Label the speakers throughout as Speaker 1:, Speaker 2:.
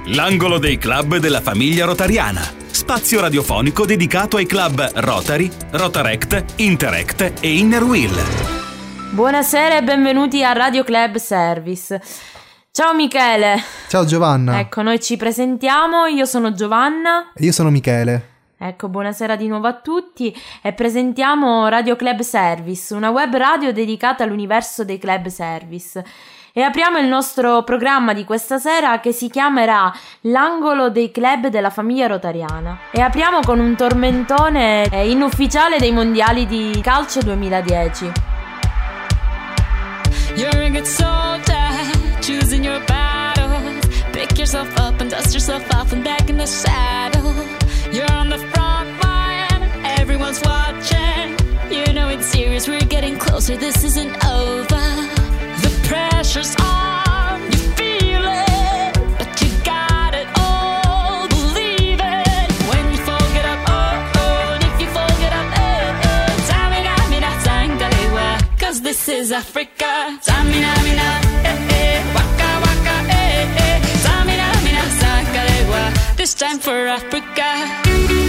Speaker 1: L'angolo dei club della famiglia rotariana. Spazio radiofonico dedicato ai club Rotary, Rotarect, Interact e Inner Wheel.
Speaker 2: Buonasera e benvenuti a Radio Club Service. Ciao Michele.
Speaker 3: Ciao Giovanna.
Speaker 2: Ecco, noi ci presentiamo, io sono Giovanna.
Speaker 3: E io sono Michele.
Speaker 2: Ecco, buonasera di nuovo a tutti e presentiamo Radio Club Service, una web radio dedicata all'universo dei club service. E apriamo il nostro programma di questa sera che si chiamerà L'angolo dei club della famiglia rotariana. E apriamo con un tormentone inufficiale dei mondiali di calcio 2010.
Speaker 4: You're a good soldier, choosing your battles. Pick yourself up and dust yourself off and back in the saddle. You're on the front line, everyone's watching. You know it's serious, we're getting closer, this isn't over. The pressure's on, you feel it, but you got it all, believe it. When you fall, get up, oh, and if you fall, get up, Tamina, mina, sangalewa, cause this is Africa. Tamina, mina, waka, waka, Tamina, mina, sangalewa, this time for Africa.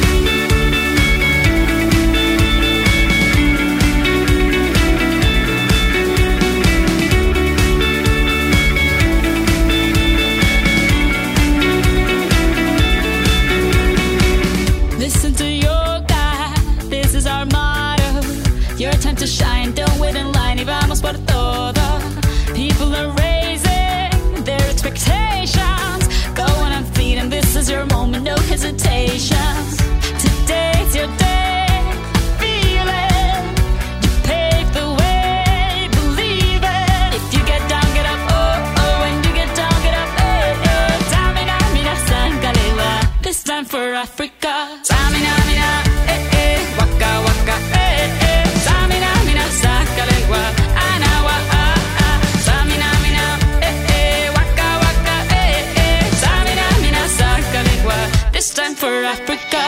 Speaker 4: Listen to your God, this is our motto. Your time to shine, don't wait in line, y vamos por todo. People are raising their expectations. Go on and feed, and this is your moment, no hesitations. Today's your day, feel it. You pave the way, believe it. If you get down, get up, oh, when you get down, get up, Tamina, mina, sangalewa, this time for Africa. Tamina, mina, waka, waka, Tamina, mina, sangalewa, anawa, Tamina, mina, waka, waka, Tamina, mina, sangalewa, this time for Africa.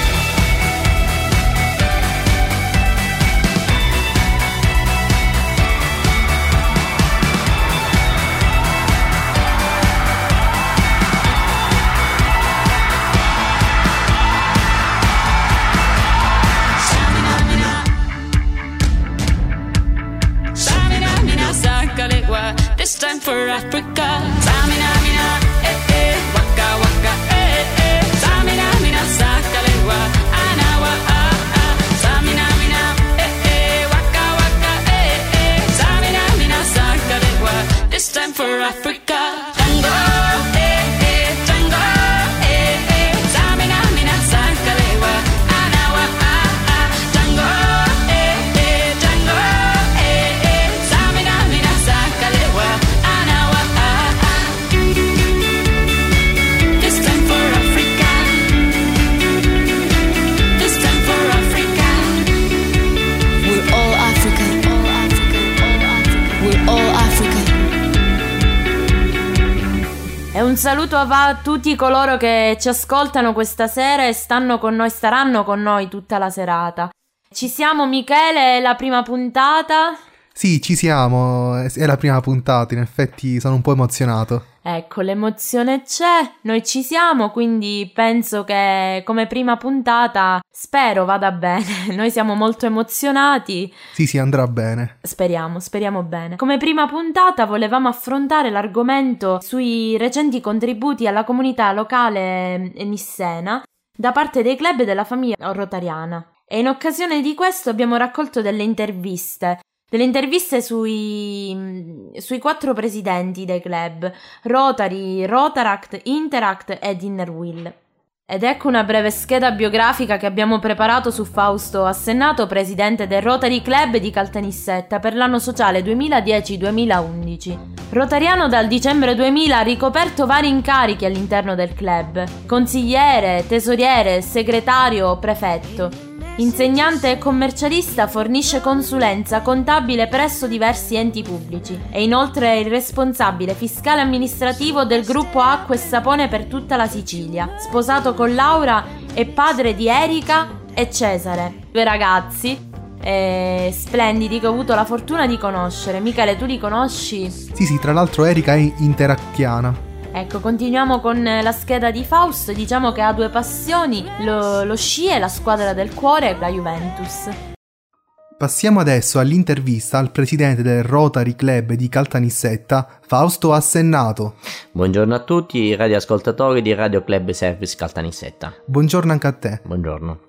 Speaker 4: This time for Africa. Tamina, mina, waka, waka, Tamina, mina, sangalewa, anawa, Tamina, mina, waka, waka, Tamina, mina, sangalewa, this time for Africa. Tango, tango, Tamina, mina, sangalewa, anawa, tango, tango, Tamina, mina, sangalewa, anawa, this time for Africa. This time for Africa. We're all Africa. All Africa. All Africa. We're all Africa.
Speaker 2: E un saluto a tutti coloro che ci ascoltano questa sera e staranno con noi tutta la serata. Ci siamo Michele, è la prima puntata?
Speaker 3: Sì, ci siamo, è la prima puntata, in effetti sono un po' emozionato.
Speaker 2: Ecco, l'emozione c'è, noi ci siamo, quindi penso che come prima puntata spero vada bene. Noi siamo molto emozionati.
Speaker 3: Sì, andrà bene.
Speaker 2: Speriamo bene. Come prima puntata volevamo affrontare l'argomento sui recenti contributi alla comunità locale nissena da parte dei club della famiglia rotariana. E in occasione di questo abbiamo raccolto delle interviste sui 4 presidenti dei club Rotary, Rotaract, Interact ed Inner Wheel. Ed ecco una breve scheda biografica che abbiamo preparato su Fausto Assennato, presidente del Rotary Club di Caltanissetta per l'anno sociale 2010-2011. Rotariano dal dicembre 2000, ha ricoperto vari incarichi all'interno del club: consigliere, tesoriere, segretario, prefetto. Insegnante e commercialista, fornisce consulenza contabile presso diversi enti pubblici. È inoltre il responsabile fiscale amministrativo del gruppo Acqua e Sapone per tutta la Sicilia. Sposato con Laura, è padre di Erika e Cesare, 2 ragazzi splendidi che ho avuto la fortuna di conoscere. Michele, tu li conosci?
Speaker 3: Sì, tra l'altro Erika è interactiana.
Speaker 2: Ecco, continuiamo con la scheda di Fausto. Diciamo che ha due passioni, lo sci e la squadra del cuore, la Juventus.
Speaker 3: Passiamo adesso all'intervista al presidente del Rotary Club di Caltanissetta, Fausto Assennato.
Speaker 5: Buongiorno a tutti i radioascoltatori di Radio Club Service Caltanissetta.
Speaker 3: Buongiorno anche a te.
Speaker 5: Buongiorno.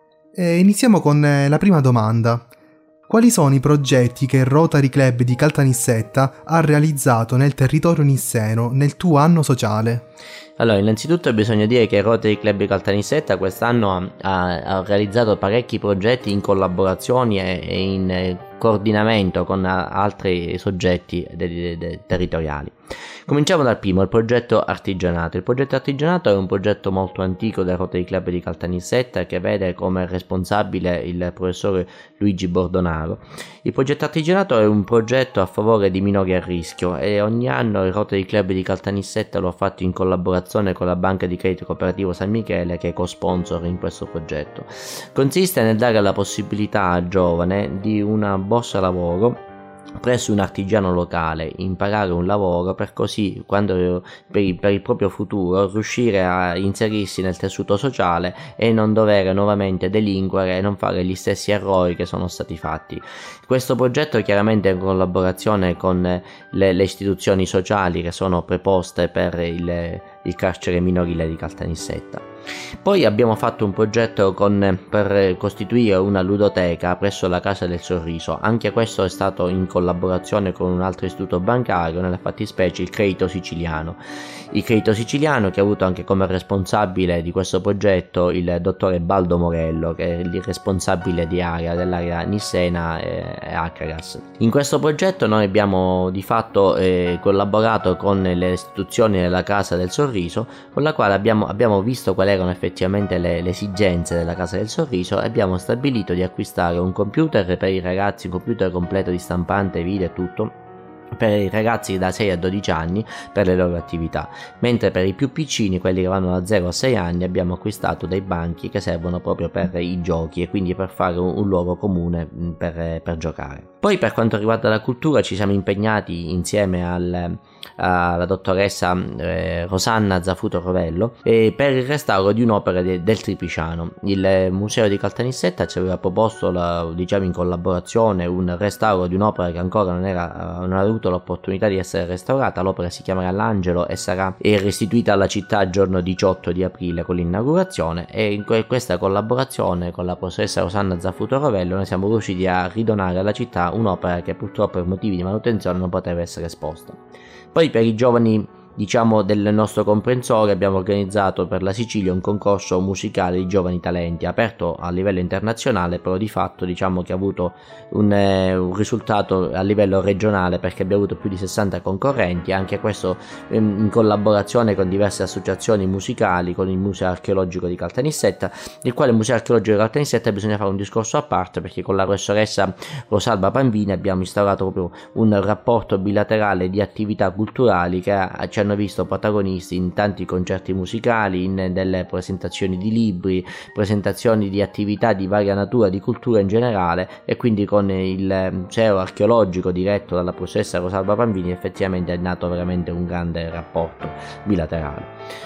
Speaker 3: Iniziamo con la prima domanda. Quali sono i progetti che il Rotary Club di Caltanissetta ha realizzato nel territorio nisseno nel tuo anno sociale?
Speaker 5: Allora, innanzitutto bisogna dire che il Rotary Club di Caltanissetta quest'anno ha realizzato parecchi progetti in collaborazioni e in coordinamento con altri soggetti territoriali. Cominciamo dal primo, il progetto Artigianato. Il progetto Artigianato è un progetto molto antico del Rotary Club di Caltanissetta che vede come responsabile il professore Luigi Bordonaro. Il progetto Artigianato è un progetto a favore di minori a rischio e ogni anno il Rotary Club di Caltanissetta lo ha fatto in collaborazione con la Banca di Credito Cooperativo San Michele, che è co-sponsor in questo progetto. Consiste nel dare la possibilità al giovane di una borsa lavoro presso un artigiano locale, imparare un lavoro per così, quando per il proprio futuro, riuscire a inserirsi nel tessuto sociale e non dover nuovamente delinquere e non fare gli stessi errori che sono stati fatti. Questo progetto è chiaramente in collaborazione con le istituzioni sociali che sono preposte per il carcere minorile di Caltanissetta. Poi abbiamo fatto un progetto per costituire una ludoteca presso la Casa del Sorriso. Anche questo è stato in collaborazione con un altro istituto bancario, nella fattispecie il Credito Siciliano. Il Credito Siciliano, che ha avuto anche come responsabile di questo progetto il dottore Baldo Morello, che è il responsabile dell'area nissena e Acagas. In questo progetto noi abbiamo di fatto collaborato con le istituzioni della Casa del Sorriso, con la quale abbiamo visto quali erano effettivamente le esigenze della Casa del Sorriso e abbiamo stabilito di acquistare un computer per i ragazzi, un computer completo di stampante, video e tutto, per i ragazzi da 6 a 12 anni per le loro attività, mentre per i più piccini, quelli che vanno da 0 a 6 anni, abbiamo acquistato dei banchi che servono proprio per i giochi e quindi per fare un luogo comune per giocare. Poi per quanto riguarda la cultura ci siamo impegnati insieme alla dottoressa Rosanna Zafuto Rovello per il restauro di un'opera del Tripisciano. Il museo di Caltanissetta ci aveva proposto in collaborazione un restauro di un'opera che ancora non ha avuto l'opportunità di essere restaurata. L'opera si chiamerà L'Angelo e sarà restituita alla città il giorno 18 di aprile con l'inaugurazione, e in questa collaborazione con la professoressa Rosanna Zafuto Rovello noi siamo riusciti a ridonare alla città un'opera che purtroppo per motivi di manutenzione non poteva essere esposta. Poi per i giovani del nostro comprensorio abbiamo organizzato per la Sicilia un concorso musicale di giovani talenti aperto a livello internazionale, però di fatto che ha avuto un risultato a livello regionale, perché abbiamo avuto più di 60 concorrenti, anche questo in collaborazione con diverse associazioni musicali, con il Museo Archeologico di Caltanissetta, il quale Museo Archeologico di Caltanissetta bisogna fare un discorso a parte, perché con la professoressa Rosalba Panvini abbiamo instaurato proprio un rapporto bilaterale di attività culturali che ci hanno visto protagonisti in tanti concerti musicali, in delle presentazioni di libri, presentazioni di attività di varia natura, di cultura in generale, e quindi con il museo archeologico diretto dalla professoressa Rosalba Panvini effettivamente è nato veramente un grande rapporto bilaterale.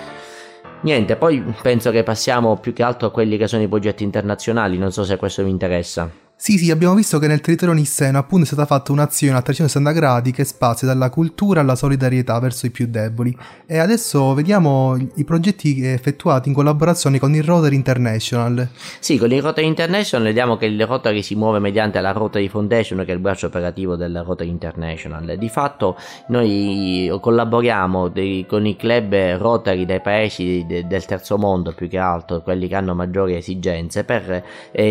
Speaker 5: Niente, poi penso che passiamo più che altro a quelli che sono i progetti internazionali, non so se questo vi interessa.
Speaker 3: Sì, abbiamo visto che nel territorio nisseno appunto è stata fatta un'azione a 360 gradi che spazia dalla cultura alla solidarietà verso i più deboli, e adesso vediamo i progetti effettuati in collaborazione con il Rotary International.
Speaker 5: Sì, con il Rotary International vediamo che il Rotary si muove mediante la Rotary Foundation, che è il braccio operativo del Rotary International. Di fatto noi collaboriamo con i club Rotary dei paesi del terzo mondo, più che altro quelli che hanno maggiori esigenze, per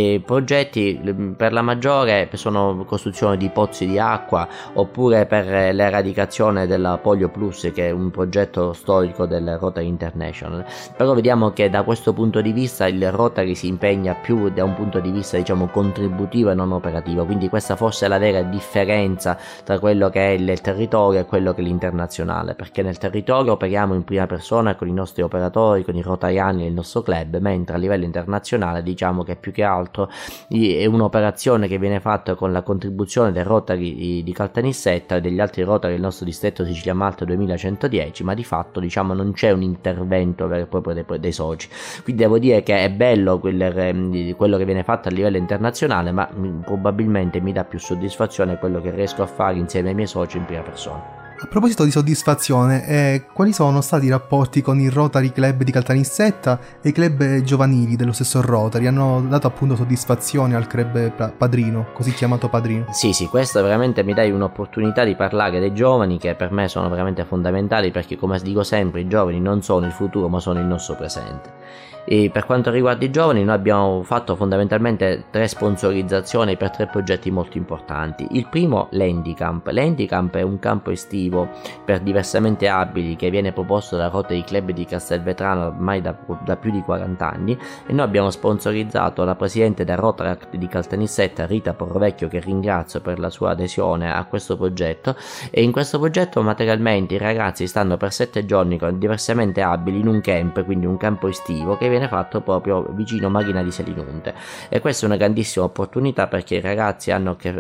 Speaker 5: progetti. Per la maggiore sono costruzione di pozzi di acqua, oppure per l'eradicazione della polio plus, che è un progetto storico del Rotary International. Però vediamo che da questo punto di vista il Rotary si impegna più da un punto di vista contributivo e non operativo, quindi questa forse è la vera differenza tra quello che è il territorio e quello che è l'internazionale, perché nel territorio operiamo in prima persona con i nostri operatori, con i rotariani del nostro club, mentre a livello internazionale che più che altro è un'operazione un'azione che viene fatta con la contribuzione del Rotary di Caltanissetta e degli altri Rotary del nostro distretto Sicilia Malta 2110, ma di fatto diciamo non c'è un intervento vero e proprio dei soci. Quindi devo dire che è bello quello che viene fatto a livello internazionale, ma probabilmente mi dà più soddisfazione quello che riesco a fare insieme ai miei soci in prima persona.
Speaker 3: A proposito di soddisfazione, quali sono stati i rapporti con il Rotary Club di Caltanissetta e i club giovanili dello stesso Rotary? Hanno dato appunto soddisfazione al club padrino, così chiamato padrino?
Speaker 5: Sì, questo veramente mi dai un'opportunità di parlare dei giovani, che per me sono veramente fondamentali, perché come dico sempre i giovani non sono il futuro ma sono il nostro presente. E per quanto riguarda i giovani, noi abbiamo fatto fondamentalmente 3 sponsorizzazioni per 3 progetti molto importanti. Il primo, l'Handicamp. L'Handicamp è un campo estivo per diversamente abili che viene proposto da Rotary Club di Castelvetrano ormai da più di 40 anni, e noi abbiamo sponsorizzato la presidente del Rotaract di Caltanissetta, Rita Porrovecchio, che ringrazio per la sua adesione a questo progetto. E in questo progetto materialmente i ragazzi stanno per 7 giorni con diversamente abili in un camp, quindi un campo estivo che viene fatto proprio vicino Marina di Selinunte, e questa è una grandissima opportunità perché i ragazzi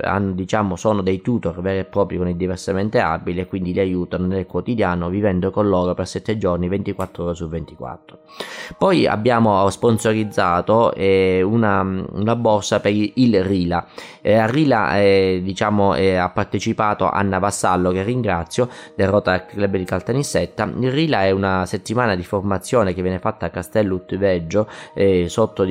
Speaker 5: sono dei tutor veri e propri con i diversamente abili, e quindi li aiutano nel quotidiano vivendo con loro per 7 giorni 24 ore su 24. Poi abbiamo sponsorizzato una borsa per il RILA. A RILA ha partecipato Anna Vassallo, che ringrazio, del Rotary Club di Caltanissetta. Il RILA è una settimana di formazione che viene fatta a Castello Utveggio sotto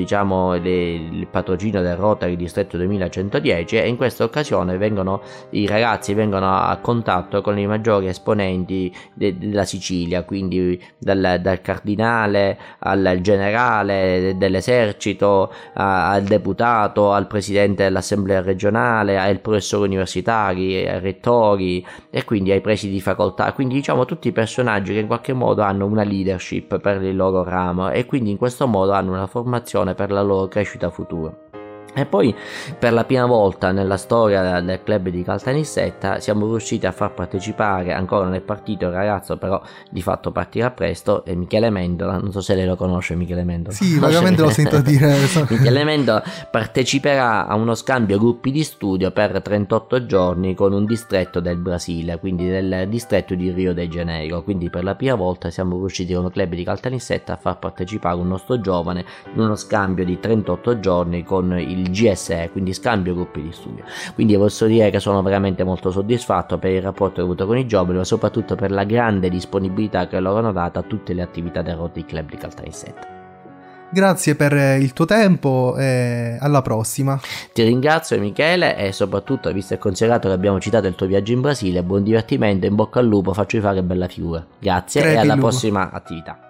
Speaker 5: il patrocinio del Rotary Distretto 2110, e in questa occasione i ragazzi vengono a contatto con i maggiori esponenti della Sicilia, quindi dal cardinale al generale dell'esercito, al deputato, al presidente dell'assemblea regionale, ai professori universitari, ai rettori e quindi ai presidi di facoltà, quindi diciamo tutti i personaggi che in qualche modo hanno una leadership per il loro ramo, e quindi in questo modo hanno una formazione per la loro crescita futura. E poi per la prima volta nella storia del club di Caltanissetta siamo riusciti a far partecipare, ancora non è partito il ragazzo, però di fatto partirà presto, è Michele Mendola. Non so se lei lo conosce, Michele Mendola.
Speaker 3: Sì, vagamente l'ho sentito dire.
Speaker 5: Michele Mendola parteciperà a uno scambio gruppi di studio per 38 giorni con un distretto del Brasile, quindi del distretto di Rio de Janeiro. Quindi per la prima volta siamo riusciti come club di Caltanissetta a far partecipare un nostro giovane in uno scambio di 38 giorni con il GSE, quindi scambio gruppi di studio. Quindi posso dire che sono veramente molto soddisfatto per il rapporto che ho avuto con i giovani, ma soprattutto per la grande disponibilità che loro hanno dato a tutte le attività del Rotary Club di Caltanissetta.
Speaker 3: Grazie per il tuo tempo e alla prossima.
Speaker 5: Ti ringrazio Michele, e soprattutto, visto e considerato che abbiamo citato il tuo viaggio in Brasile, buon divertimento, in bocca al lupo, facci fare bella figura. Grazie e alla prossima attività.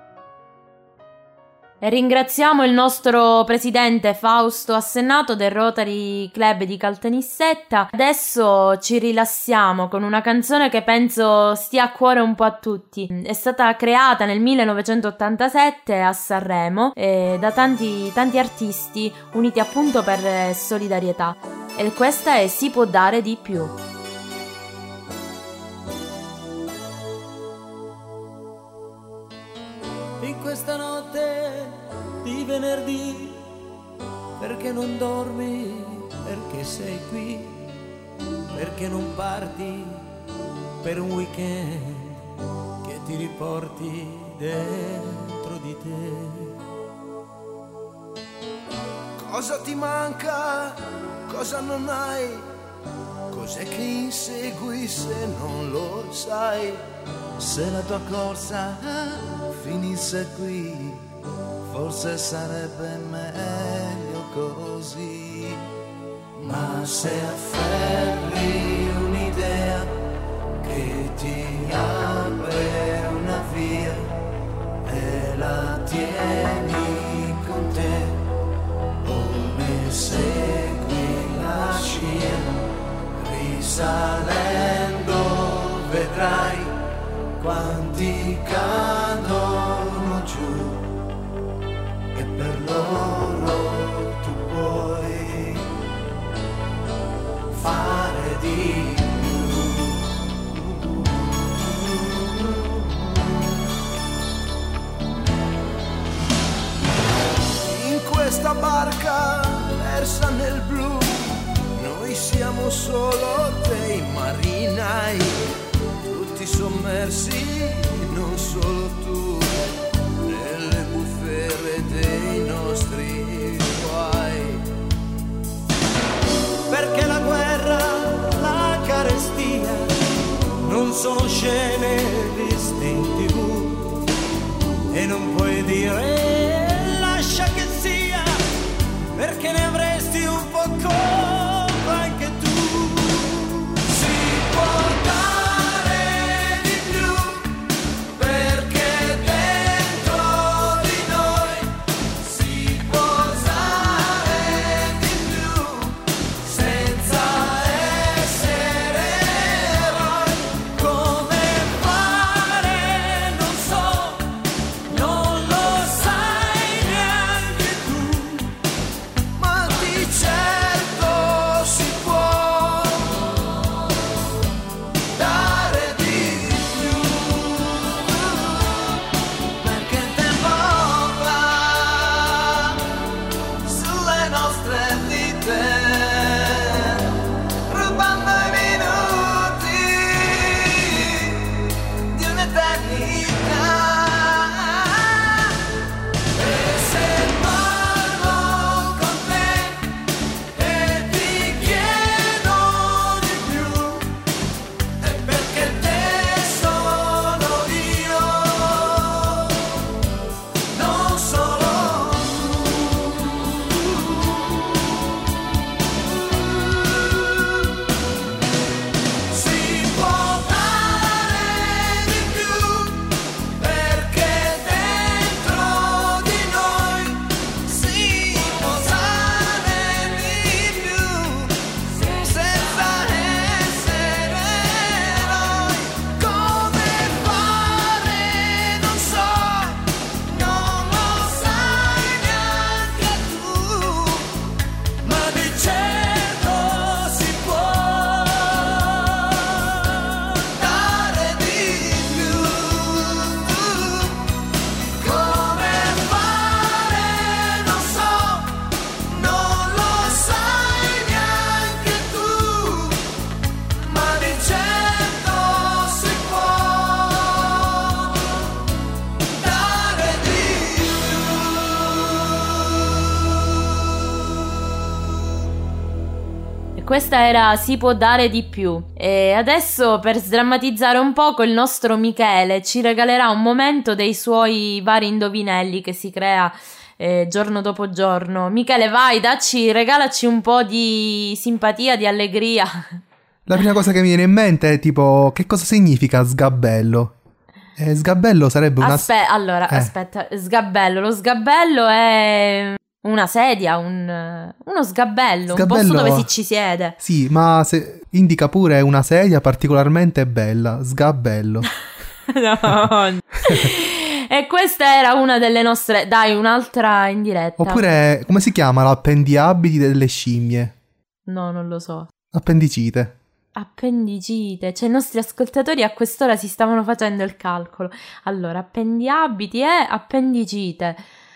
Speaker 2: E ringraziamo il nostro presidente Fausto Assennato del Rotary Club di Caltanissetta. Adesso ci rilassiamo con una canzone che penso stia a cuore un po' a tutti. È stata creata nel 1987 a Sanremo da tanti artisti uniti appunto per solidarietà. E questa è Si può dare di più.
Speaker 6: In questa notte di venerdì, perché non dormi, perché sei qui, perché non parti per un weekend che ti riporti dentro di te. Cosa ti manca, cosa non hai, cos'è che insegui se non lo sai, se la tua corsa finisse qui, forse sarebbe meglio così. Ma se afferri un'idea che ti apre una via e la tieni con te, o ne segui la scia, risalendo vedrai quanti cadono giù, e per loro tu puoi fare di più. In questa barca persa nel blu, siamo solo dei marinai, tutti sommersi, non solo tu, nelle bufere dei nostri guai. Perché la guerra, la carestia non sono scene viste in TV, e non puoi dire lascia che sia, perché ne avresti un po' colpa anche tu. Si può dare di più, perché dentro di noi si può usare di più, senza essere eroi. Come fare non so, non lo sai neanche tu, ma di certo si può dare di più, perché il tempo va sulle nostre vite, rubando i minuti di un'eternità. E se parlo con te e ti chiedo di più, è perché te sono io, non solo si può dare di più, perché dentro di noi si può usare di più, senza essere eroi. Come fare non so, non lo sai neanche tu, ma di certo si può dare di più. Come fare non so, non lo sai neanche tu, ma di certo si può dare di
Speaker 2: E questa era Si può dare di più. E adesso, per sdrammatizzare un poco, il nostro Michele ci regalerà un momento dei suoi vari indovinelli che si crea giorno dopo giorno. Michele, vai, regalaci un po' di simpatia, di allegria.
Speaker 3: La prima cosa che mi viene in mente è tipo, che cosa significa sgabello? Sgabello sarebbe una...
Speaker 2: Aspetta, sgabello. Lo sgabello è una sedia, uno sgabello, un posto
Speaker 3: Sgabello-
Speaker 2: dove ci siede.
Speaker 3: Sì, ma indica pure una sedia particolarmente bella, sgabello.
Speaker 2: No. E questa era una delle nostre... Dai, un'altra in diretta.
Speaker 3: Oppure, come si chiama l'appendiabiti delle scimmie?
Speaker 2: No, non lo so.
Speaker 3: Appendicite.
Speaker 2: Appendicite. Cioè, i nostri ascoltatori a quest'ora si stavano facendo il calcolo. Allora, appendiabiti e appendicite.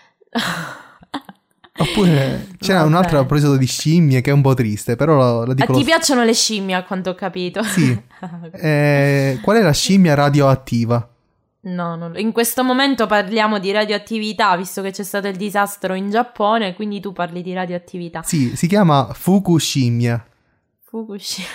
Speaker 3: Oppure c'era
Speaker 2: Vabbè.
Speaker 3: un altro a proposito di scimmie che è un po' triste, però la dico
Speaker 2: Ti
Speaker 3: lo
Speaker 2: piacciono le scimmie, a quanto ho capito?
Speaker 3: Sì. Qual è la scimmia radioattiva?
Speaker 2: No, in questo momento parliamo di radioattività, visto che c'è stato il disastro in Giappone, quindi tu parli di radioattività.
Speaker 3: Sì, si chiama Fukushima.
Speaker 2: Fukushima.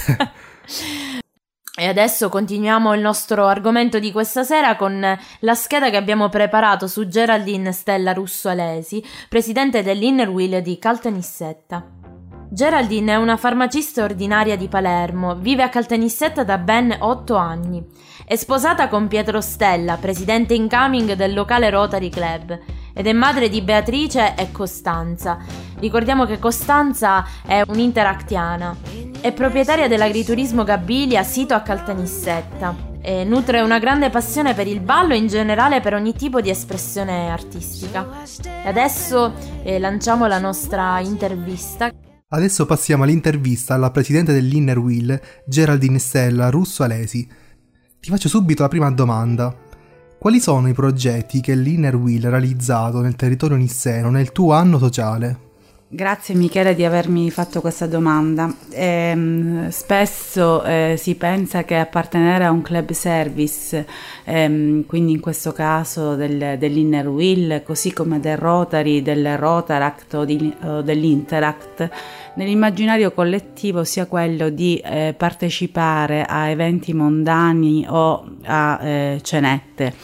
Speaker 2: E adesso continuiamo il nostro argomento di questa sera con la scheda che abbiamo preparato su Geraldine Stella Russo Alesi, presidente dell'Inner Wheel di Caltanissetta. Geraldine è una farmacista ordinaria di Palermo, vive a Caltanissetta da ben 8 anni. È sposata con Pietro Stella, presidente incoming del locale Rotary Club, ed è madre di Beatrice e Costanza. Ricordiamo che Costanza è un'interactiana. È proprietaria dell'agriturismo Gabilia, sito a Caltanissetta. E nutre una grande passione per il ballo e in generale per ogni tipo di espressione artistica. E adesso lanciamo la nostra intervista.
Speaker 3: Adesso passiamo all'intervista alla presidente dell'Inner Wheel, Geraldine Stella Russo Alesi. Ti faccio subito la prima domanda. Quali sono i progetti che l'Inner Wheel ha realizzato nel territorio nisseno nel tuo anno sociale?
Speaker 7: Grazie Michele di avermi fatto questa domanda. Spesso si pensa che appartenere a un club service, quindi in questo caso dell'Inner Wheel, così come del Rotary, del Rotaract o dell'Interact, nell'immaginario collettivo sia quello di partecipare a eventi mondani o a cenette.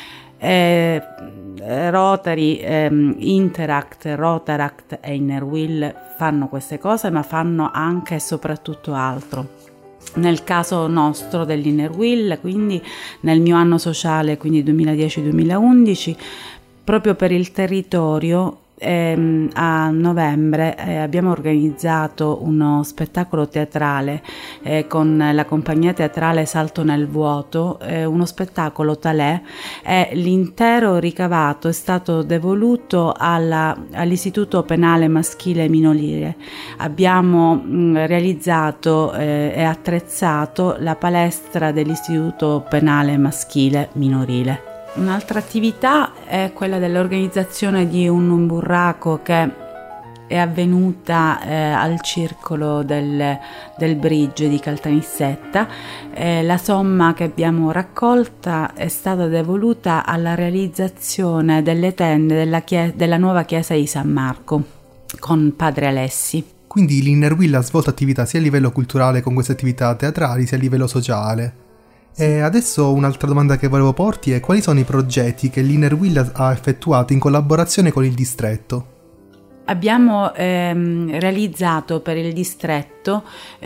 Speaker 7: Rotary, Interact, Rotaract e Inner Wheel fanno queste cose, ma fanno anche e soprattutto altro. Nel caso nostro dell'Inner Wheel, quindi nel mio anno sociale, quindi 2010-2011, proprio per il territorio, a novembre abbiamo organizzato uno spettacolo teatrale con la compagnia teatrale Salto nel Vuoto, uno spettacolo Talè, e l'intero ricavato è stato devoluto all'Istituto Penale Maschile Minorile. Abbiamo realizzato e attrezzato la palestra dell'Istituto Penale Maschile Minorile. Un'altra attività è quella dell'organizzazione di un burraco che è avvenuta al circolo del bridge di Caltanissetta. La somma che abbiamo raccolta è stata devoluta alla realizzazione delle tende della nuova chiesa di San Marco con padre Alessi.
Speaker 3: Quindi l'Inner Wheel ha svolto attività sia a livello culturale con queste attività teatrali sia a livello sociale. E adesso un'altra domanda che volevo porti è: quali sono i progetti che l'Inner Wheel ha effettuato in collaborazione con il distretto?
Speaker 7: Abbiamo realizzato per il distretto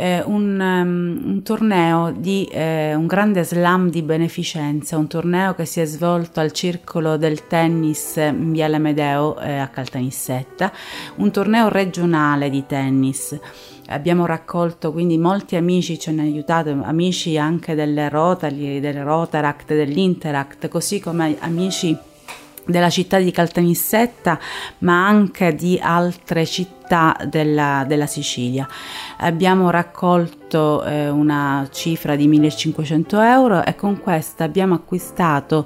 Speaker 7: un torneo di un grande slam di beneficenza, un torneo che si è svolto al circolo del tennis in Viale Medeo a Caltanissetta, un torneo regionale di tennis. Abbiamo raccolto quindi molti amici, ci hanno aiutato, amici anche del Rotary, del Rotaract, dell'Interact, così come amici della città di Caltanissetta, ma anche di altre città della Sicilia. Abbiamo raccolto una cifra di 1.500 euro e con questa abbiamo acquistato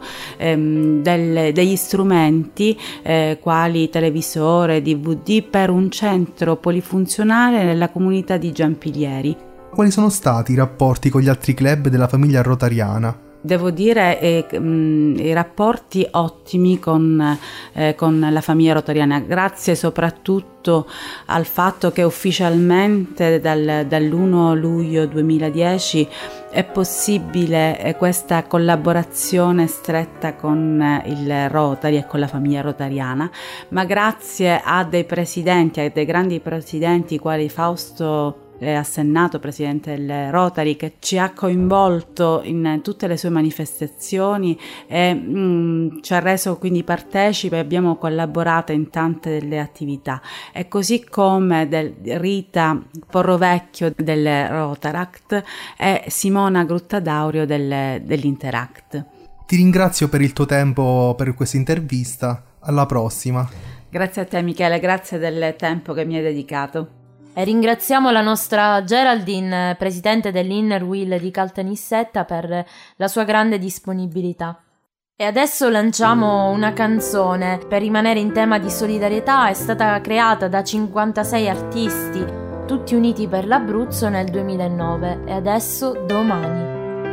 Speaker 7: degli strumenti quali televisore, DVD per un centro polifunzionale nella comunità di Giampilieri.
Speaker 3: Quali sono stati i rapporti con gli altri club della famiglia rotariana?
Speaker 7: Devo dire i rapporti ottimi con la famiglia rotariana, grazie soprattutto al fatto che ufficialmente dall'1 luglio 2010 è possibile questa collaborazione stretta con il Rotary e con la famiglia rotariana, ma grazie a dei presidenti, a dei grandi presidenti quali Fausto Assennato, presidente del Rotary, che ci ha coinvolto in tutte le sue manifestazioni e ci ha reso quindi partecipe, abbiamo collaborato in tante delle attività, e così come Rita Porrovecchio del Rotaract e Simona Gruttadaurio dell'Interact.
Speaker 3: Ti ringrazio per il tuo tempo per questa intervista, alla prossima.
Speaker 7: Grazie a te Michele, grazie del tempo che mi hai dedicato.
Speaker 2: E ringraziamo la nostra Geraldine, presidente dell'Inner Wheel di Caltanissetta, per la sua grande disponibilità. E adesso lanciamo una canzone per rimanere in tema di solidarietà. È stata creata da 56 artisti, tutti uniti per l'Abruzzo nel 2009. E adesso Domani.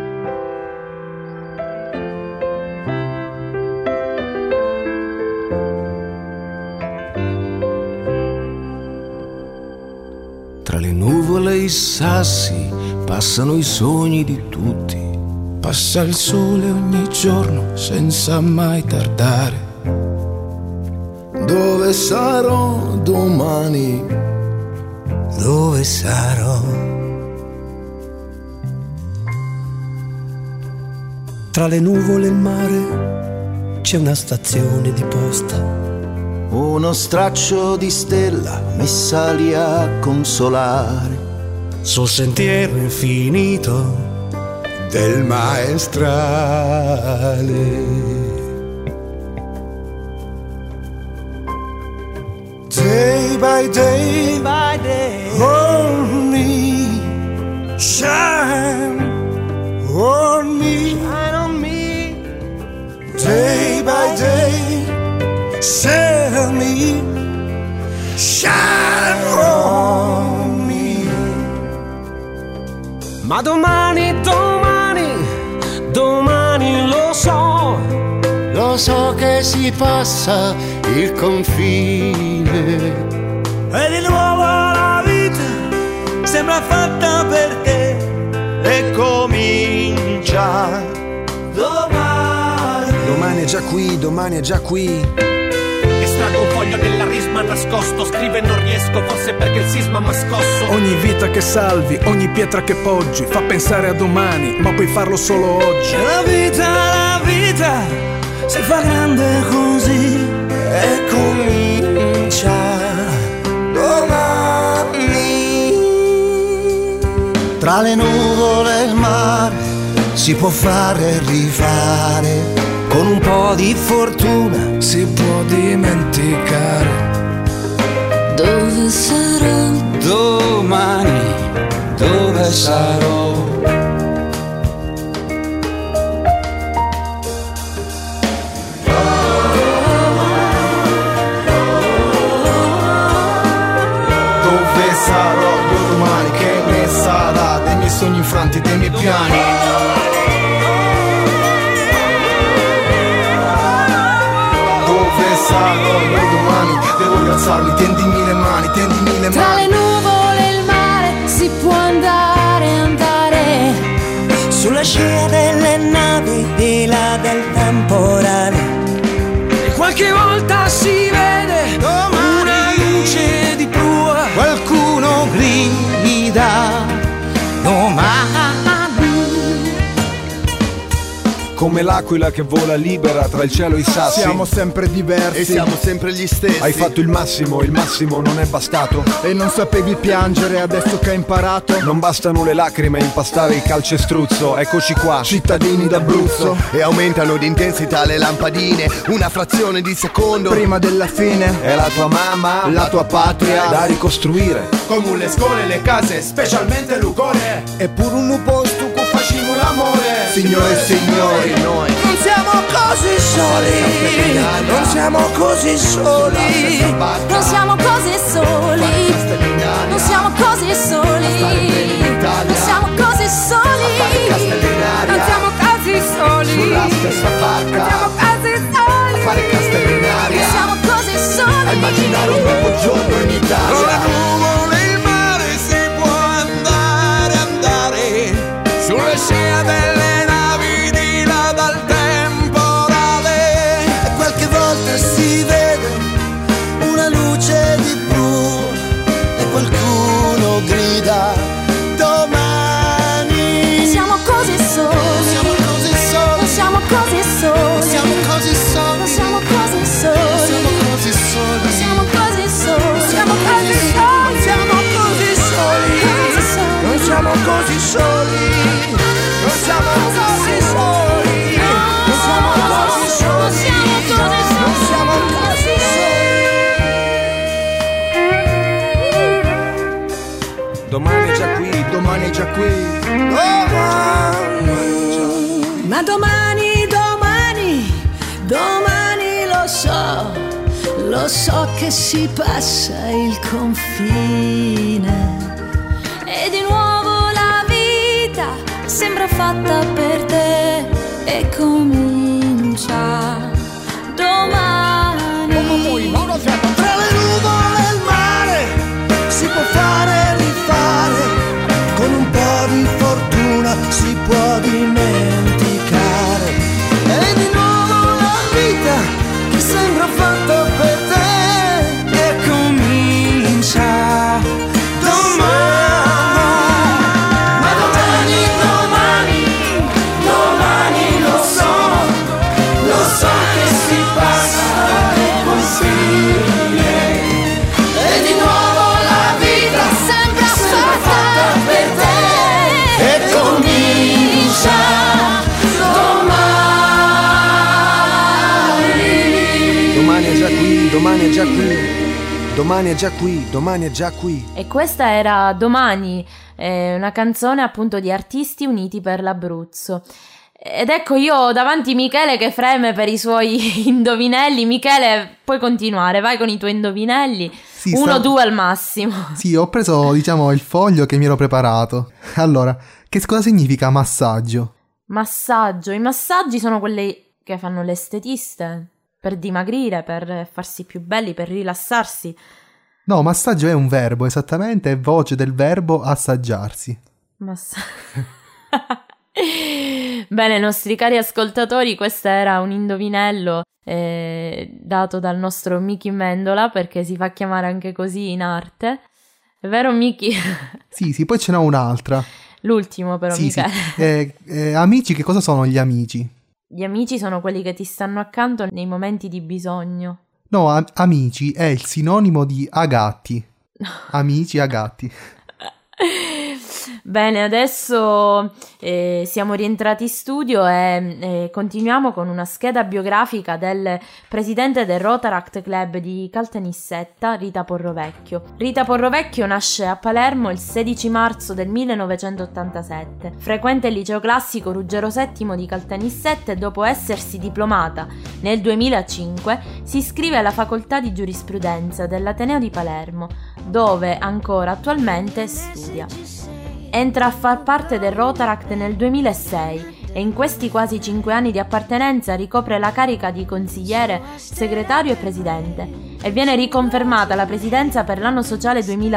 Speaker 6: Tra le nuvole e i sassi passano i sogni di tutti. Passa il sole ogni giorno senza mai tardare. Dove sarò domani? Dove sarò?
Speaker 8: Tra le nuvole e il mare c'è una stazione di posta.
Speaker 6: Uno straccio di stella messa lì a consolare.
Speaker 8: Sul sentiero infinito
Speaker 6: Del maestrale. Day by day, on me, shine on me, day by day, send me, shine. Ma domani, domani, domani lo so che si passa il confine.
Speaker 9: E di nuovo la vita sembra fatta per te e comincia domani.
Speaker 6: Domani è già qui, domani è già qui.
Speaker 9: Estraggo un foglio della risma nascosto, scrivo e non riesco, forse perché il sisma m'ha scosso.
Speaker 6: Ogni vita che salvi, ogni pietra che poggi fa pensare a domani, ma puoi farlo solo oggi.
Speaker 9: La vita si fa grande così e comincia domani.
Speaker 6: Tra le nuvole e il mare si può fare e rifare, con un po' di fortuna si può dimenticare.
Speaker 4: Dove sarò
Speaker 6: Domani, dove sarò? Dove sarò io domani? Che ne sarà dei miei sogni infranti, dei miei piani? Sarò io domani, devo rialzarmi, tendimi le mani, tendimi le
Speaker 4: tra le
Speaker 6: mani.
Speaker 4: nuvole e il mare si può andare
Speaker 9: sulla scia delle navi di là del temporale.
Speaker 6: E qualche volta si vede una luce di prua, qualcuno grida domani. Come l'aquila che vola libera tra il cielo e i sassi.
Speaker 10: Siamo sempre diversi
Speaker 6: e siamo sempre gli stessi. Hai fatto il massimo non è bastato.
Speaker 10: e non sapevi piangere adesso che hai imparato.
Speaker 6: Non bastano le lacrime a impastare il calcestruzzo. Eccoci qua,
Speaker 10: Cittadini d'Abruzzo,
Speaker 6: e aumentano di intensità le lampadine. Una frazione di secondo
Speaker 10: prima della fine
Speaker 6: è la tua mamma,
Speaker 10: la tua patria
Speaker 6: da ricostruire.
Speaker 10: come le scuole, le case, specialmente l'ugole. E pur un posto che facciamo l'amore. Signore e signori, noi
Speaker 9: Non siamo così soli, non siamo così soli,
Speaker 4: non siamo così soli, non siamo così soli, non siamo così soli, non siamo così soli,
Speaker 6: Sulla stessa barca,
Speaker 4: non siamo così soli,
Speaker 6: fare castelli in aria,
Speaker 4: non siamo così soli,
Speaker 6: a immaginare un nuovo giorno in Italia.
Speaker 9: nuvole il mare si può andare sulle scie delle navi di là dal temporale. E qualche volta si vede una luce di blu e qualcuno grida domani.
Speaker 4: siamo così soli,
Speaker 9: Siamo così soli,
Speaker 4: non siamo così soli,
Speaker 9: siamo così soli,
Speaker 4: non siamo così soli,
Speaker 9: siamo così soli,
Speaker 4: siamo così soli, siamo così
Speaker 9: non
Speaker 4: soli,
Speaker 9: siamo così soli, non siamo così soli, non siamo così soli, non siamo così soli, non siamo così soli.
Speaker 6: Domani è già qui, domani è già qui.
Speaker 4: Ma domani, domani, domani lo so che si passa il confine e di nuovo la vita sembra fatta per te e comincia domani.
Speaker 9: Tra le nuvole e il mare si può fare e rifare, con un po' di fortuna si può dimenticare. E di nuovo la vita che sembra fatta per te e comincia domani. Ma domani, domani, domani lo so che si passa il confine. E di nuovo la vita sembra fatta per te e comincia domani.
Speaker 6: Domani è già qui, domani è già qui. Domani è già qui, domani è già qui.
Speaker 2: E questa era Domani, una canzone appunto di Artisti Uniti per l'Abruzzo. Ed ecco io ho davanti Michele che freme per i suoi indovinelli. Michele, puoi continuare, vai con i tuoi indovinelli.
Speaker 3: Sì,
Speaker 2: 1-2 al massimo.
Speaker 3: Sì, ho preso, diciamo, il foglio che mi ero preparato. Allora, Che cosa significa massaggio?
Speaker 2: Massaggio. I massaggi sono quelli che fanno le estetiste per dimagrire, per farsi più belli, per rilassarsi.
Speaker 3: No, massaggio è un verbo, esattamente, è voce del verbo assaggiarsi.
Speaker 2: Bene, nostri cari ascoltatori, questo era un indovinello dato dal nostro Miki Mendola, perché si fa chiamare anche così in arte. È vero, Miki?
Speaker 3: Sì, poi ce n'è un'altra.
Speaker 2: L'ultimo però,
Speaker 3: sì,
Speaker 2: Michele.
Speaker 3: Sì. Amici, che cosa sono gli amici?
Speaker 2: Gli amici sono quelli che ti stanno accanto nei momenti di bisogno.
Speaker 3: No, amici è il sinonimo di agatti. Amici, agatti.
Speaker 2: Bene, adesso siamo rientrati in studio e continuiamo con una scheda biografica del presidente del Rotaract Club di Caltanissetta, Rita Porrovecchio. Rita Porrovecchio nasce a Palermo il 16 marzo del 1987. Frequenta il liceo classico Ruggero VII di Caltanissetta e dopo essersi diplomata nel 2005 si iscrive alla facoltà di giurisprudenza dell'Ateneo di Palermo, dove ancora attualmente studia. Entra a far parte del Rotaract nel 2006 e in questi quasi 5 anni di appartenenza ricopre la carica di consigliere, segretario e presidente e viene riconfermata la presidenza per l'anno sociale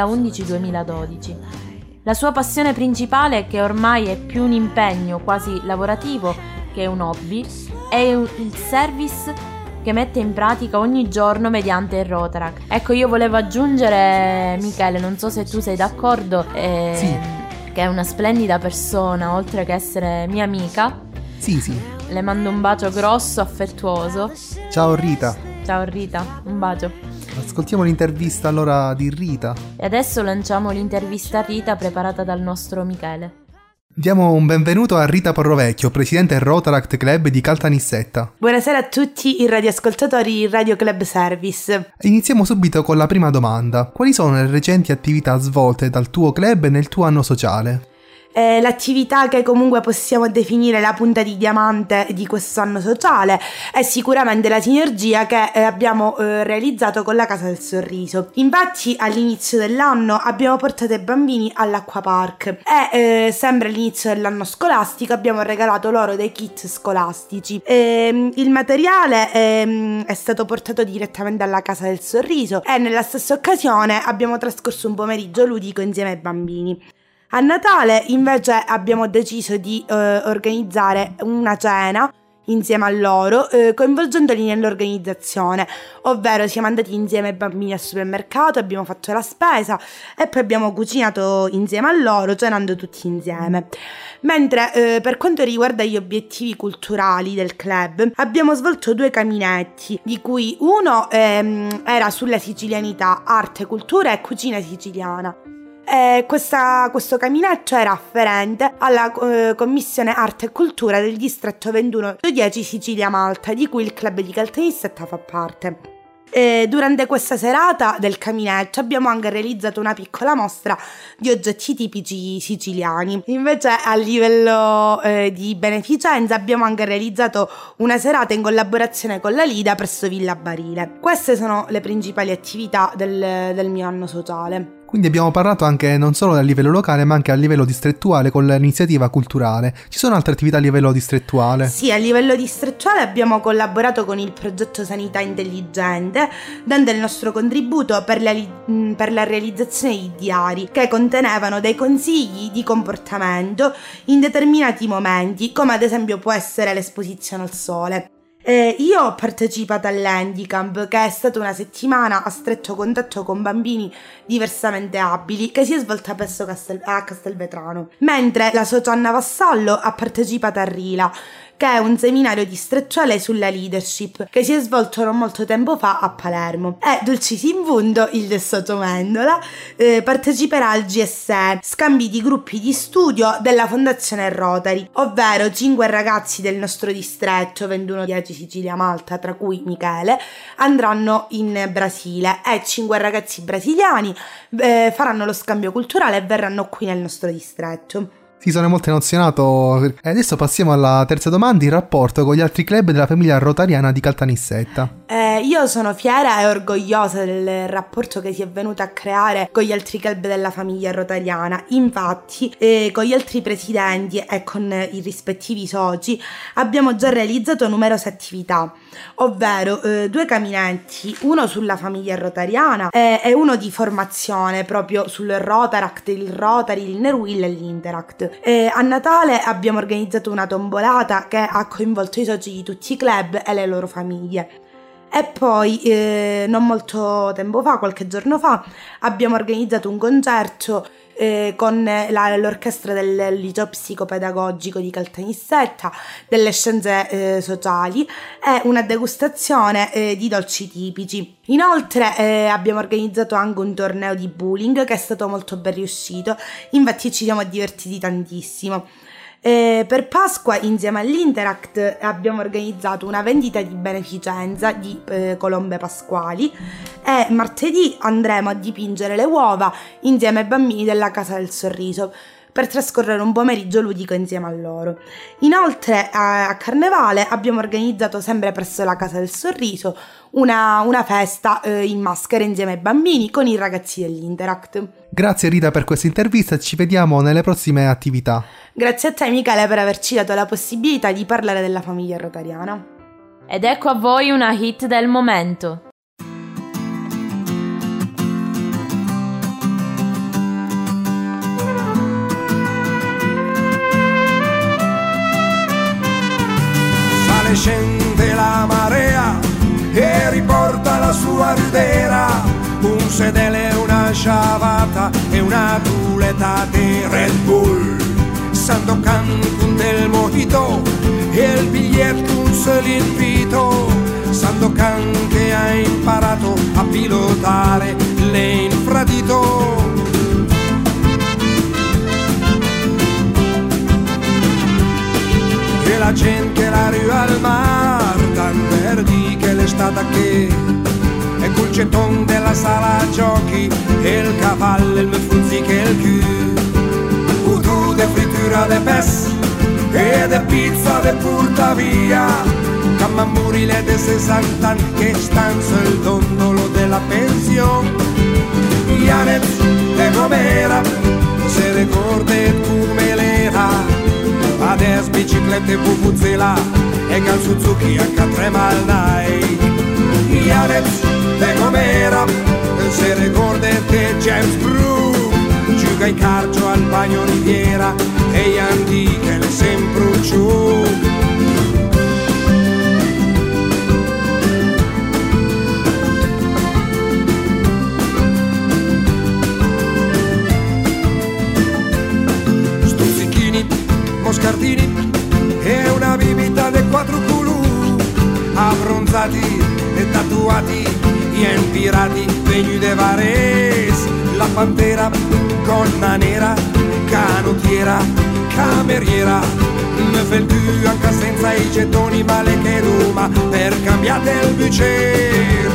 Speaker 2: 2011-2012. La sua passione principale, che ormai è più un impegno quasi lavorativo che un hobby, è il service che mette in pratica ogni giorno mediante il Rotaract. Ecco, io volevo aggiungere, Michele, non so se tu sei d'accordo,
Speaker 3: sì,
Speaker 2: che è una splendida persona, oltre che essere mia amica.
Speaker 3: Sì.
Speaker 2: Le mando un bacio grosso, affettuoso.
Speaker 3: Ciao Rita.
Speaker 2: Ciao Rita, un bacio.
Speaker 3: Ascoltiamo l'intervista allora di Rita.
Speaker 2: E adesso lanciamo l'intervista a Rita preparata dal nostro Michele.
Speaker 3: Diamo un benvenuto a Rita Porrovecchio, presidente del Rotaract Club di Caltanissetta.
Speaker 11: Buonasera a tutti i radioascoltatori di Radio Club Service.
Speaker 3: Iniziamo subito con la prima domanda. Quali sono le recenti attività svolte dal tuo club nel tuo anno sociale?
Speaker 11: L'attività che comunque possiamo definire la punta di diamante di quest'anno sociale è sicuramente la sinergia che abbiamo realizzato con la Casa del Sorriso. Infatti all'inizio dell'anno abbiamo portato i bambini all'acquapark e sempre all'inizio dell'anno scolastico abbiamo regalato loro dei kit scolastici. Il materiale è stato portato direttamente alla Casa del Sorriso e nella stessa occasione abbiamo trascorso un pomeriggio ludico insieme ai bambini. A Natale invece abbiamo deciso di organizzare una cena insieme a loro, coinvolgendoli nell'organizzazione, ovvero siamo andati insieme ai bambini al supermercato, abbiamo fatto la spesa e poi abbiamo cucinato insieme a loro, cenando tutti insieme. Mentre per quanto riguarda gli obiettivi culturali del club, abbiamo svolto 2 caminetti, di cui uno era sulla sicilianità, arte, cultura e cucina siciliana. Questo caminetto era afferente alla commissione arte e cultura del distretto 21-10 Sicilia-Malta, di cui il club di Caltanissetta fa parte. Durante questa serata del caminetto abbiamo anche realizzato una piccola mostra di oggetti tipici siciliani. Invece a livello di beneficenza abbiamo anche realizzato una serata in collaborazione con la Lida presso Villa Barile. Queste sono le principali attività del mio anno sociale.
Speaker 3: Quindi abbiamo parlato anche non solo a livello locale ma anche a livello distrettuale con l'iniziativa culturale. Ci sono altre attività a livello distrettuale?
Speaker 11: Sì, a livello distrettuale abbiamo collaborato con il progetto Sanità Intelligente, dando il nostro contributo per la realizzazione di diari che contenevano dei consigli di comportamento in determinati momenti, come ad esempio può essere l'esposizione al sole. Io ho partecipato all'Handicamp, che è stata una settimana a stretto contatto con bambini diversamente abili, che si è svolta presso a Castelvetrano, mentre la socia Anna Vassallo ha partecipato a RILA, che è un seminario distrettuale sulla leadership che si è svolto non molto tempo fa a Palermo. E Dulcis in Vundo, il socio Mendola, parteciperà al GSE, scambi di gruppi di studio della Fondazione Rotary, ovvero 5 ragazzi del nostro distretto 21-10 Sicilia-Malta, tra cui Michele, andranno in Brasile e 5 ragazzi brasiliani faranno lo scambio culturale e verranno qui nel nostro distretto.
Speaker 3: Sì, sono molto emozionato. E adesso passiamo alla terza domanda, il rapporto con gli altri club della famiglia rotariana di Caltanissetta.
Speaker 11: Io sono fiera e orgogliosa del rapporto che si è venuto a creare con gli altri club della famiglia rotariana. Infatti, con gli altri presidenti e con i rispettivi soci abbiamo già realizzato numerose attività, ovvero 2 caminetti, uno sulla famiglia rotariana e uno di formazione proprio sul Rotaract, il Rotary, il Nerwill e l'Interact. A Natale abbiamo organizzato una tombolata che ha coinvolto i soci di tutti i club e le loro famiglie. E poi non molto tempo fa, qualche giorno fa, abbiamo organizzato un concerto con l'orchestra del liceo psicopedagogico di Caltanissetta, delle scienze sociali e una degustazione di dolci tipici. Inoltre abbiamo organizzato anche un torneo di bowling che è stato molto ben riuscito, infatti ci siamo divertiti tantissimo. Per Pasqua, insieme all'Interact, abbiamo organizzato una vendita di beneficenza di colombe pasquali e martedì andremo a dipingere le uova insieme ai bambini della Casa del Sorriso per trascorrere un pomeriggio ludico insieme a loro. Inoltre a Carnevale abbiamo organizzato sempre presso la Casa del Sorriso una festa in maschera insieme ai bambini con i ragazzi dell'Interact.
Speaker 3: Grazie Rita per questa intervista, ci vediamo nelle prossime attività.
Speaker 11: Grazie a te Michele per averci dato la possibilità di parlare della famiglia rotariana.
Speaker 2: Ed ecco a voi una hit del momento.
Speaker 10: Sale, scende la marea e riporta la sua ridera, un sedele, una sciavata e una duleta di Red Bull. Sandokan con del mojito e il biglietto un solo invito. Sandokan che ha imparato a pilotare l'infradito. E la gente la rue al mar, tan verdi che l'estate che e col geton della sala giochi e il cavallo il me fuzzi che il cul. Udù de frittura de pes e de pizza de porta via. Camammurile de 60 anni che stan sul dondolo della pensione. Janez de com'era, se ricorda come l'era. Adesso biciclette Vuvuzela e Gal Suzuki a Tremalnai. Janez de com'era, se ricorda che James Brew gioca in calcio al bagno Riviera e gli antiche le sempre giù. Stuzzichini, moscardini e una bibita del quattro culù, abbronzati e tatuati e pirati vegni de Vares, la pantera, gonna nera, canottiera, cameriera, me fa il più anche senza i gettoni male che Roma per cambiare il bucer.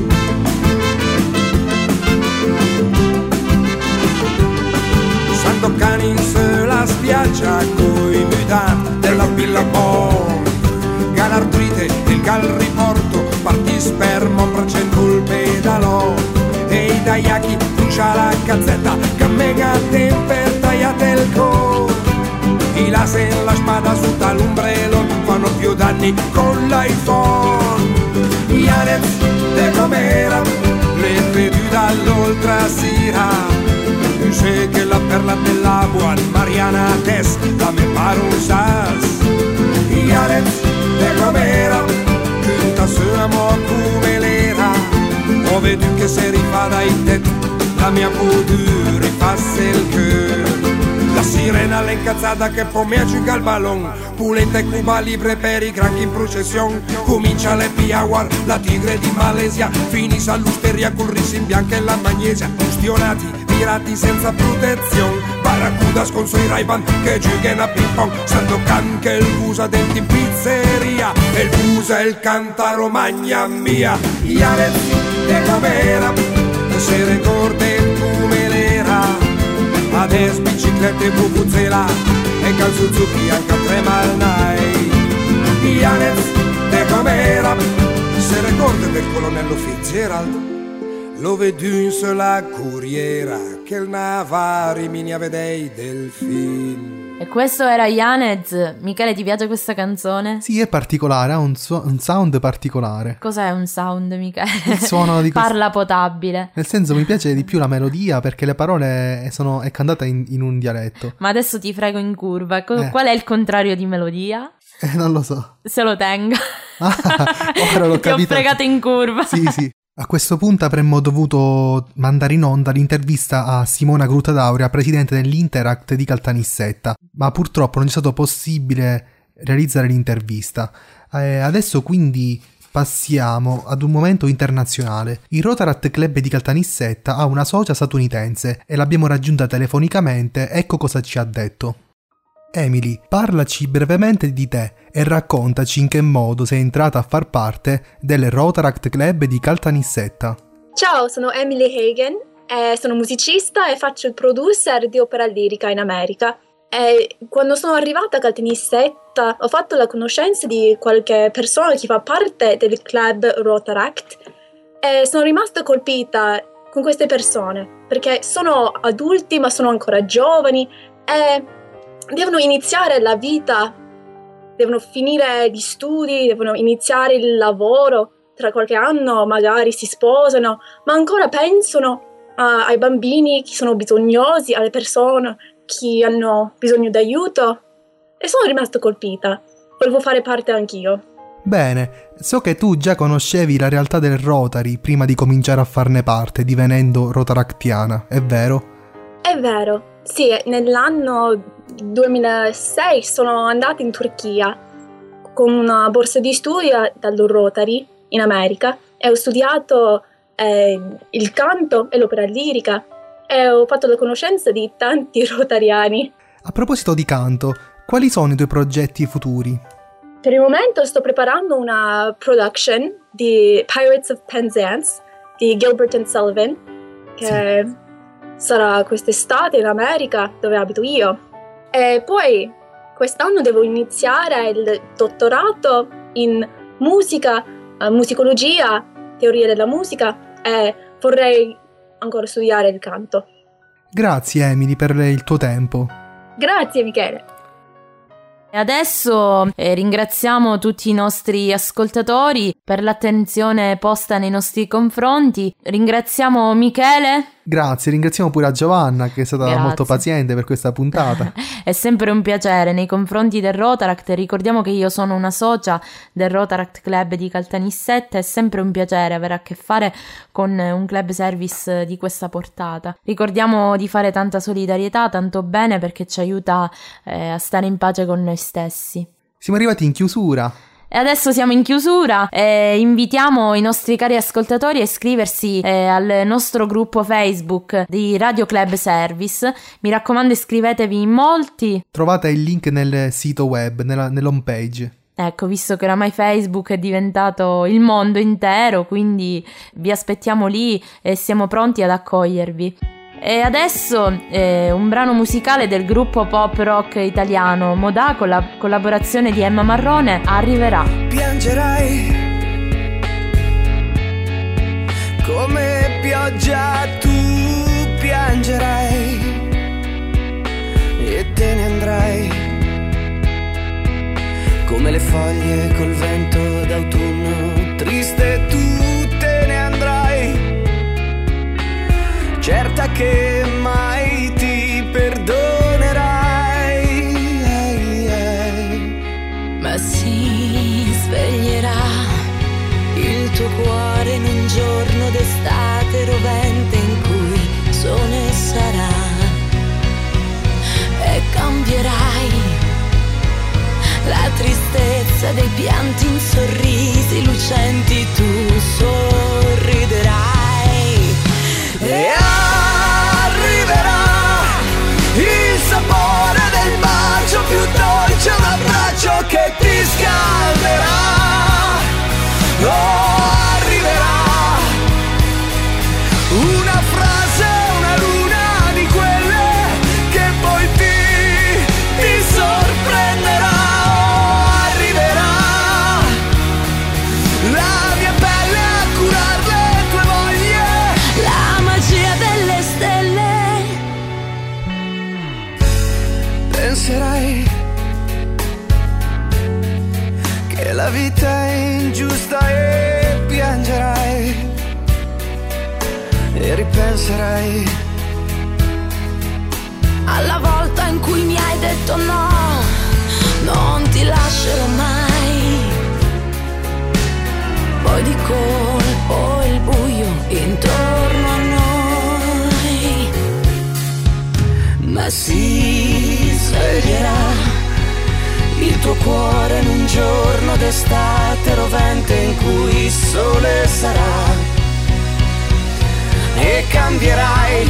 Speaker 10: Sandokan in sulla spiaggia coi mutanti della Billabong, Galartrite, il gal riporto, parti sperma, bracendo il pedalò e i tagliacchi c'ha la cazzetta che mega temper tagliate il co. I laser la spada su dall'ombrello fanno più danni con l'iPhone. Janez de com'era, le vedi dall'oltre sera. Sé che la perla dell'agua Mariana Tess la me pare un sas. Janez de com'era, tutta sua mo come l'era. O vedi che se rifà dai tetti la mia cultura rifasse il cœur. La sirena l'incazzata che poi mi aggiunga il ballon, pulenta e Cuba libre per i granchi in processione. Comincia le Piawar, la tigre di Malesia, finisce all'usteria col riso in bianca e la magnesia. Ustionati, pirati senza protezione, barracudas con suoi Ray-Ban che giocano a ping pong. Sandokan che il busa dentro in pizzeria e il busa il canta Romagna mia. Janez de com'era, se ricorda come l'era. Adesso biciclette Vuvuzela e Gal Suzuki anche a Tremalnai. Janez de com'era, miséricorde del colonnello Fitzgerald. Lo vedù sulla corriera che il navari mi ne vedei del film.
Speaker 2: E questo era Yanez. Michele, ti piace questa canzone?
Speaker 3: Sì, è particolare, ha un sound particolare.
Speaker 2: Cos'è un sound, Michele?
Speaker 3: Il suono di
Speaker 2: Parla potabile.
Speaker 3: Nel senso, mi piace di più la melodia perché le parole è cantata in un dialetto.
Speaker 2: Ma adesso ti frego in curva. Qual è il contrario di melodia?
Speaker 3: Non lo so.
Speaker 2: Se lo tenga.
Speaker 3: Ora l'ho
Speaker 2: Ti ho fregato in curva.
Speaker 3: Sì. A questo punto avremmo dovuto mandare in onda l'intervista a Simona Gruttadauria, presidente dell'Interact di Caltanissetta, ma purtroppo non è stato possibile realizzare l'intervista. Adesso quindi passiamo ad un momento internazionale. Il Rotaract Club di Caltanissetta ha una socia statunitense e l'abbiamo raggiunta telefonicamente, ecco cosa ci ha detto. Emily, parlaci brevemente di te e raccontaci in che modo sei entrata a far parte del Rotaract Club di Caltanissetta.
Speaker 12: Ciao, sono Emily Hagen, sono musicista e faccio il producer di opera lirica in America. Quando sono arrivata a Caltanissetta ho fatto la conoscenza di qualche persona che fa parte del club Rotaract e sono rimasta colpita con queste persone perché sono adulti ma sono ancora giovani e devono iniziare la vita, devono finire gli studi, devono iniziare il lavoro, tra qualche anno magari si sposano, ma ancora pensano ai bambini che sono bisognosi, alle persone che hanno bisogno d'aiuto e sono rimasta colpita, volevo fare parte anch'io.
Speaker 3: Bene, so che tu già conoscevi la realtà del Rotary prima di cominciare a farne parte, divenendo rotaractiana, è vero?
Speaker 12: È vero. Sì, nell'anno 2006 sono andata in Turchia con una borsa di studio dallo Rotary in America e ho studiato il canto e l'opera lirica e ho fatto la conoscenza di tanti rotariani.
Speaker 3: A proposito di canto, quali sono i tuoi progetti futuri?
Speaker 12: Per il momento sto preparando una production di Pirates of Penzance di Gilbert and Sullivan che sarà quest'estate in America, dove abito io. E poi quest'anno devo iniziare il dottorato in musica, musicologia, teoria della musica e vorrei ancora studiare il canto.
Speaker 3: Grazie Emily per il tuo tempo.
Speaker 12: Grazie Michele.
Speaker 2: E adesso ringraziamo tutti i nostri ascoltatori per l'attenzione posta nei nostri confronti. Ringraziamo Michele.
Speaker 3: Grazie, ringraziamo pure a Giovanna che è stata molto paziente per questa puntata.
Speaker 2: È sempre un piacere nei confronti del Rotaract. Ricordiamo che io sono una socia del Rotaract Club di Caltanissetta. È sempre un piacere avere a che fare con un club service di questa portata. Ricordiamo di fare tanta solidarietà, tanto bene, perché ci aiuta a stare in pace con noi stessi.
Speaker 3: Siamo arrivati in chiusura.
Speaker 2: E adesso siamo in chiusura e invitiamo i nostri cari ascoltatori a iscriversi al nostro gruppo Facebook di Radio Club Service. Mi raccomando, iscrivetevi in molti.
Speaker 3: Trovate il link nel sito web, nell'home page.
Speaker 2: Ecco, visto che oramai Facebook è diventato il mondo intero, quindi vi aspettiamo lì e siamo pronti ad accogliervi. E adesso un brano musicale del gruppo pop rock italiano Modà con la collaborazione di Emma Marrone arriverà.
Speaker 9: Piangerai come pioggia, tu piangerai e te ne andrai come le foglie col vento d'autunno, triste tu te ne andrai, certa che mai ti perdonerai,
Speaker 4: ma si sveglierà il tuo cuore in un giorno d'estate rovente in cui sole sarà e cambierai la tristezza dei pianti in sorrisi lucenti, tu sorriderai
Speaker 9: e arriverà il sapore del bacio più dolce, un abbraccio che ti scalderà. Oh, arriverà una frase, una luna di quelle che poi ti sorprenderà. Oh, arriverà la mia
Speaker 6: che ripenserei alla volta in cui mi hai detto no, non ti lascerò mai. Poi di colpo il buio intorno a noi, ma si sveglierà il tuo cuore in un giorno d'estate rovente in cui il sole sarà, e cambierai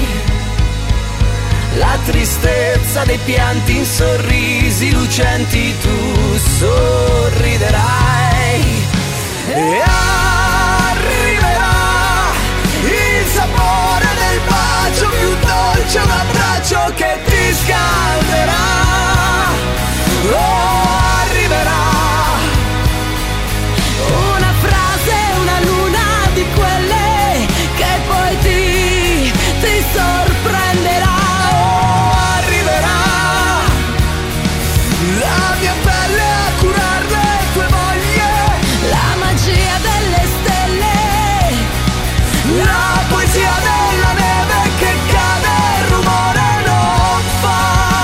Speaker 6: la tristezza dei pianti in sorrisi lucenti, tu sorriderai e arriverà il sapore del bacio più dolce, un abbraccio che ti scalderà. Oh, arriverà una frase, una luna di quelle che poi ti sorprenderà. Oh, arriverà la mia pelle a curare le tue voglie, la magia delle stelle, la poesia della neve che cade, il rumore non fa.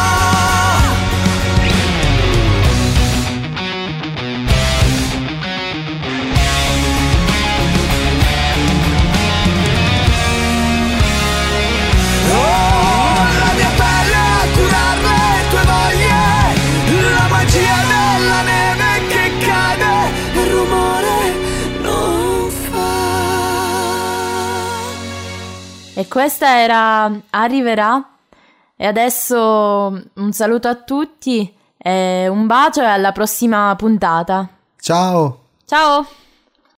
Speaker 2: E questa era Arriverà. E adesso un saluto a tutti, e un bacio e alla prossima puntata.
Speaker 3: Ciao!
Speaker 2: Ciao!